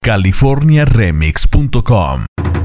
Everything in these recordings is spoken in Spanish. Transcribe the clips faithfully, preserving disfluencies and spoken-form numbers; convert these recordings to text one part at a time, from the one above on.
california remix punto com.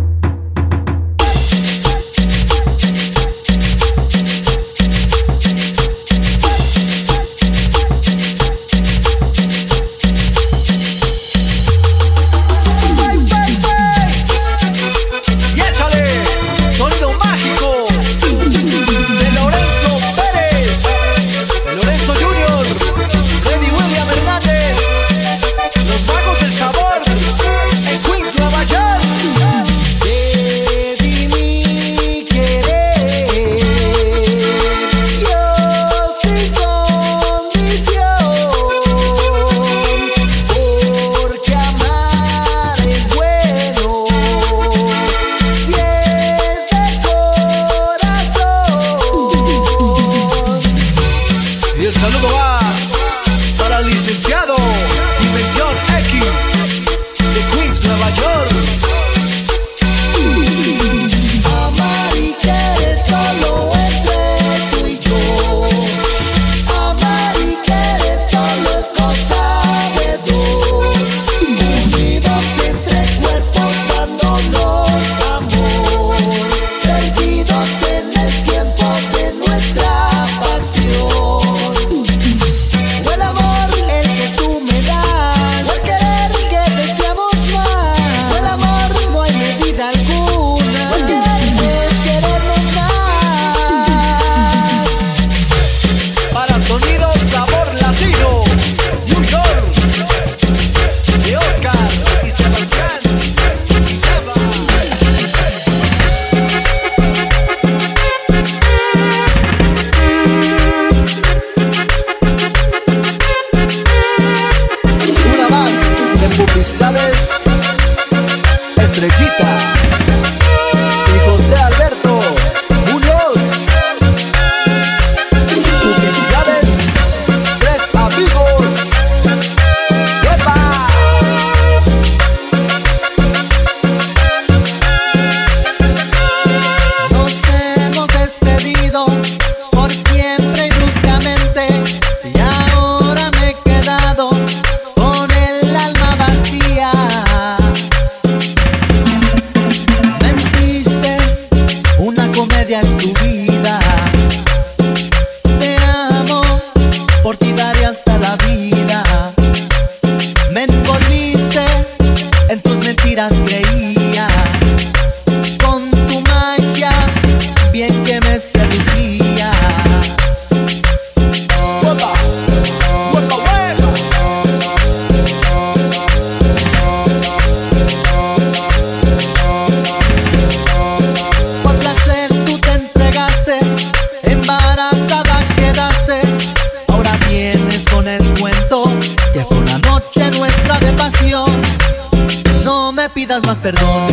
Más perdón.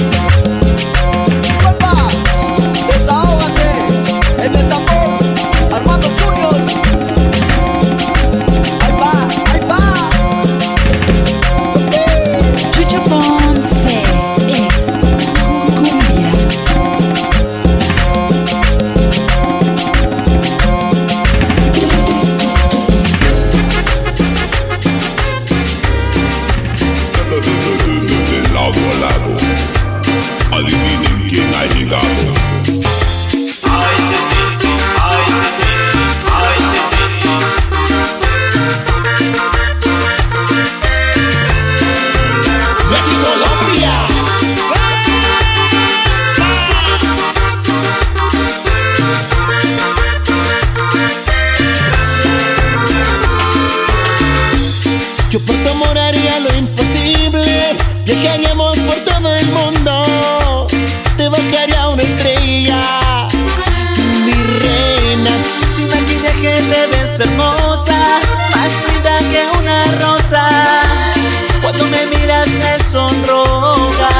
¡Opa! Desahógate en el tambor, Armando Junior. Ahí va, ahí va. Chucho Ponce es cumbia. De lado a lado, adivinen quién ha llegado. Ay, sí, sí, ay, sí, sí, ay, sí, sí. México, Colombia. Yo por tu amor haría lo imposible. Viajaríamos por todo el mundo. Te bajaría una estrella, mi reina. Si maquillaje te ves hermosa, más linda que una rosa. Cuando me miras me sonrojas.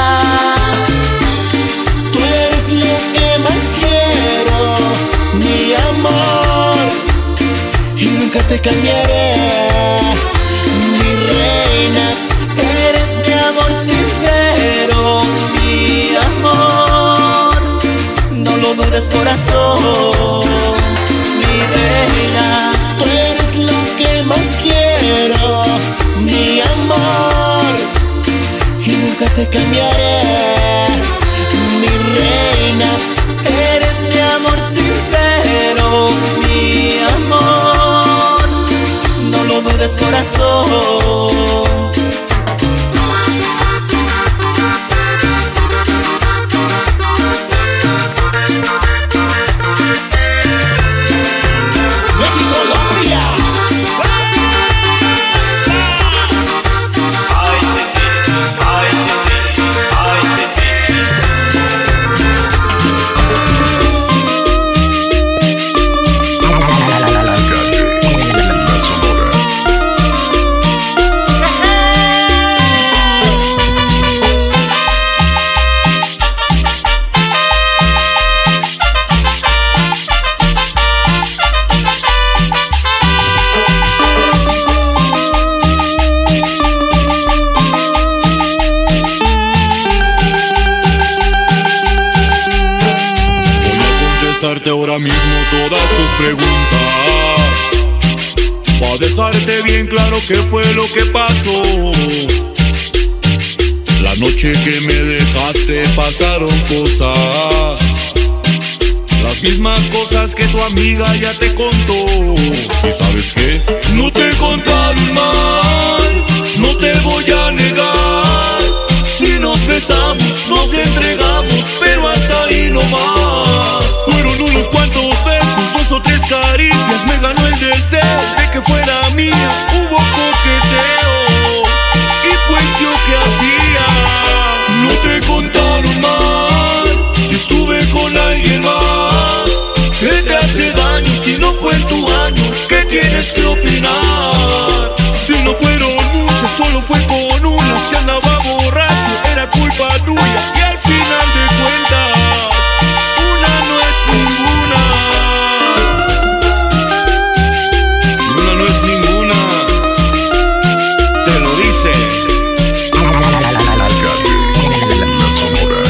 Tú eres lo que más quiero, mi amor, y nunca te cambiaré, mi reina. Eres mi amor sincero, mi amor. No lo dudes, corazón, mi reina. Tú eres lo que más quiero, mi amor, y te cambiaré, mi reina. Eres mi amor sincero, mi amor, no lo dudes, corazón. Ahora mismo todas tus preguntas, para dejarte bien claro qué fue lo que pasó. La noche que me dejaste pasaron cosas, las mismas cosas que tu amiga ya te contó. ¿Y sabes qué? No te contaron mal, no te voy a negar. Si nos besamos, nos entregamos, pero hasta ahí no más. Fueron unos cuantos besos, dos o tres caricias, me ganó el deseo de que fuera mía. Hubo coqueteo, y pues yo qué hacía. No te contaron mal, si estuve con alguien más. ¿Qué te hace daño si no fue en tu año? ¿Qué tienes que opinar? Si no fueron muchas, solo fue con una. Si andaba borracho, era culpa tuya. Y al final de cuentas, una no es ninguna. Una no es ninguna. Te lo dice La Sonora.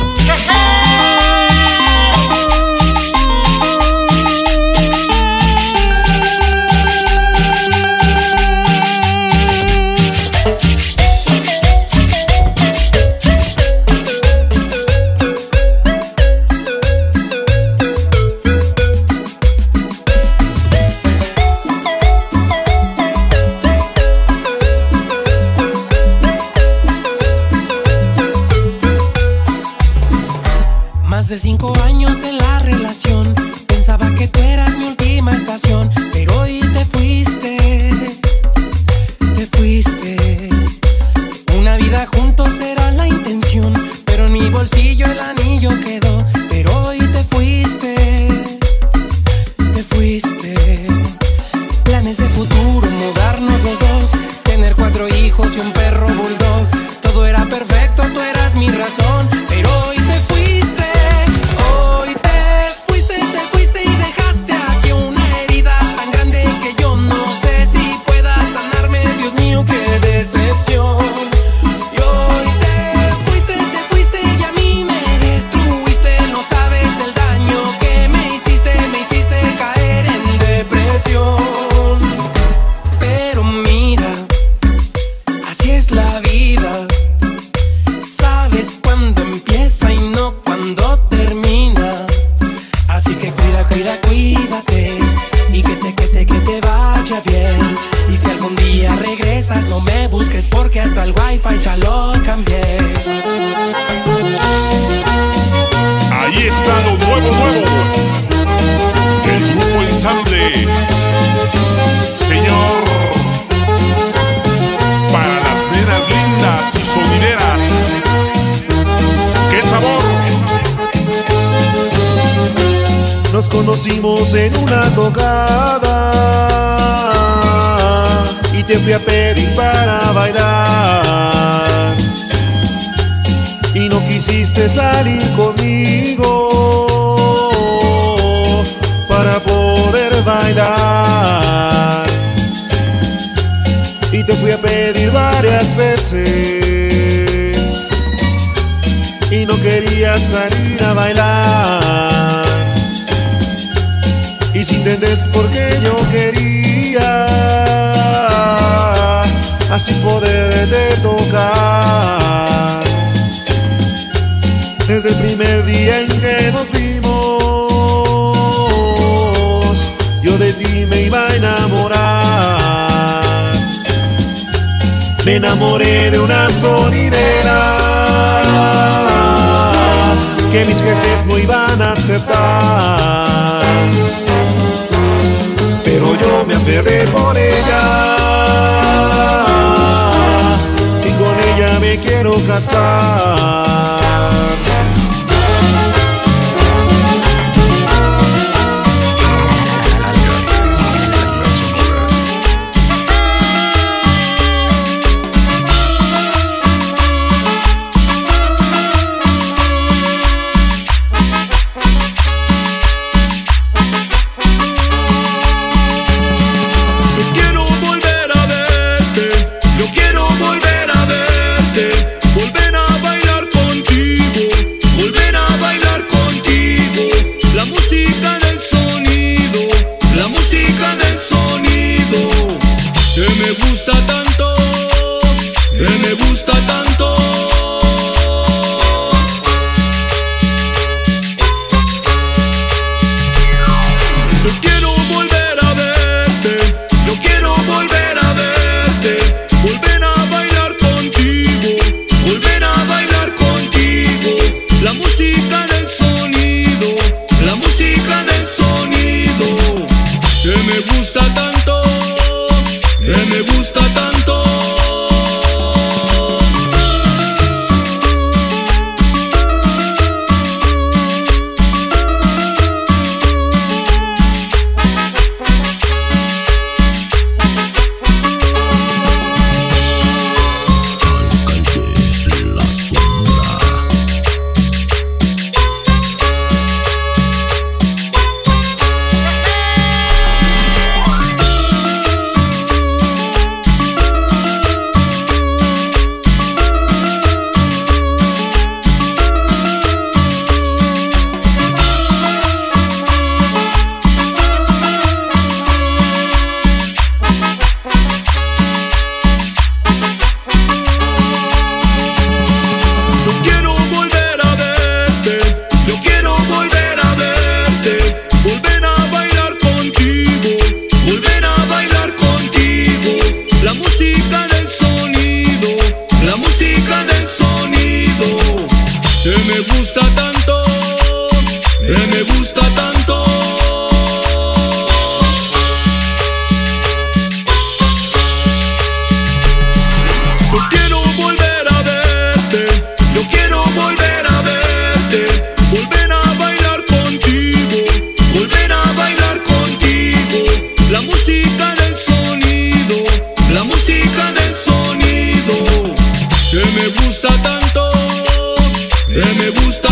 Más de cinco años en la relación, pensaba que tú eras mi última estación, pero hoy te fuiste, te fuiste. Una vida juntos era la intención, pero en mi bolsillo el anillo quedó. Pero hoy te fuiste, te fuiste. Planes de futuro, mudarnos los dos, tener cuatro hijos y un perro bulldog. Todo era perfecto, tú eras mi razón, pero hoy te fuiste. Hoy te fuiste, te fuiste y dejaste aquí una herida tan grande que yo no sé si pueda sanarme. Dios mío, qué decepción. Y hoy te fuiste, te fuiste y a mí me destruiste. No sabes el daño que me hiciste, me hiciste caer en depresión. Pero mira, así es la vida. Sabes cuándo empieza y no cuándo termina. Así que cuida, cuida, cuídate. Y que te, que te, que te vaya bien. Y si algún día regresas, no me busques porque hasta el wifi ya lo cambié. ahí está lo nuevo, nuevo. El grupo Ensamble. Señor, para las nenas lindas y sonideras. ¡Qué sabor! Nos conocimos en una tocada y te fui a pedir para bailar y no quisiste salir conmigo para poder bailar y te fui a pedir varias veces y no querías salir a bailar. Y si entendés por qué yo quería así poderte tocar, me enamoré de una sonidera que mis jefes no iban a aceptar, pero yo me aferré por ella y con ella me quiero casar. Me gusta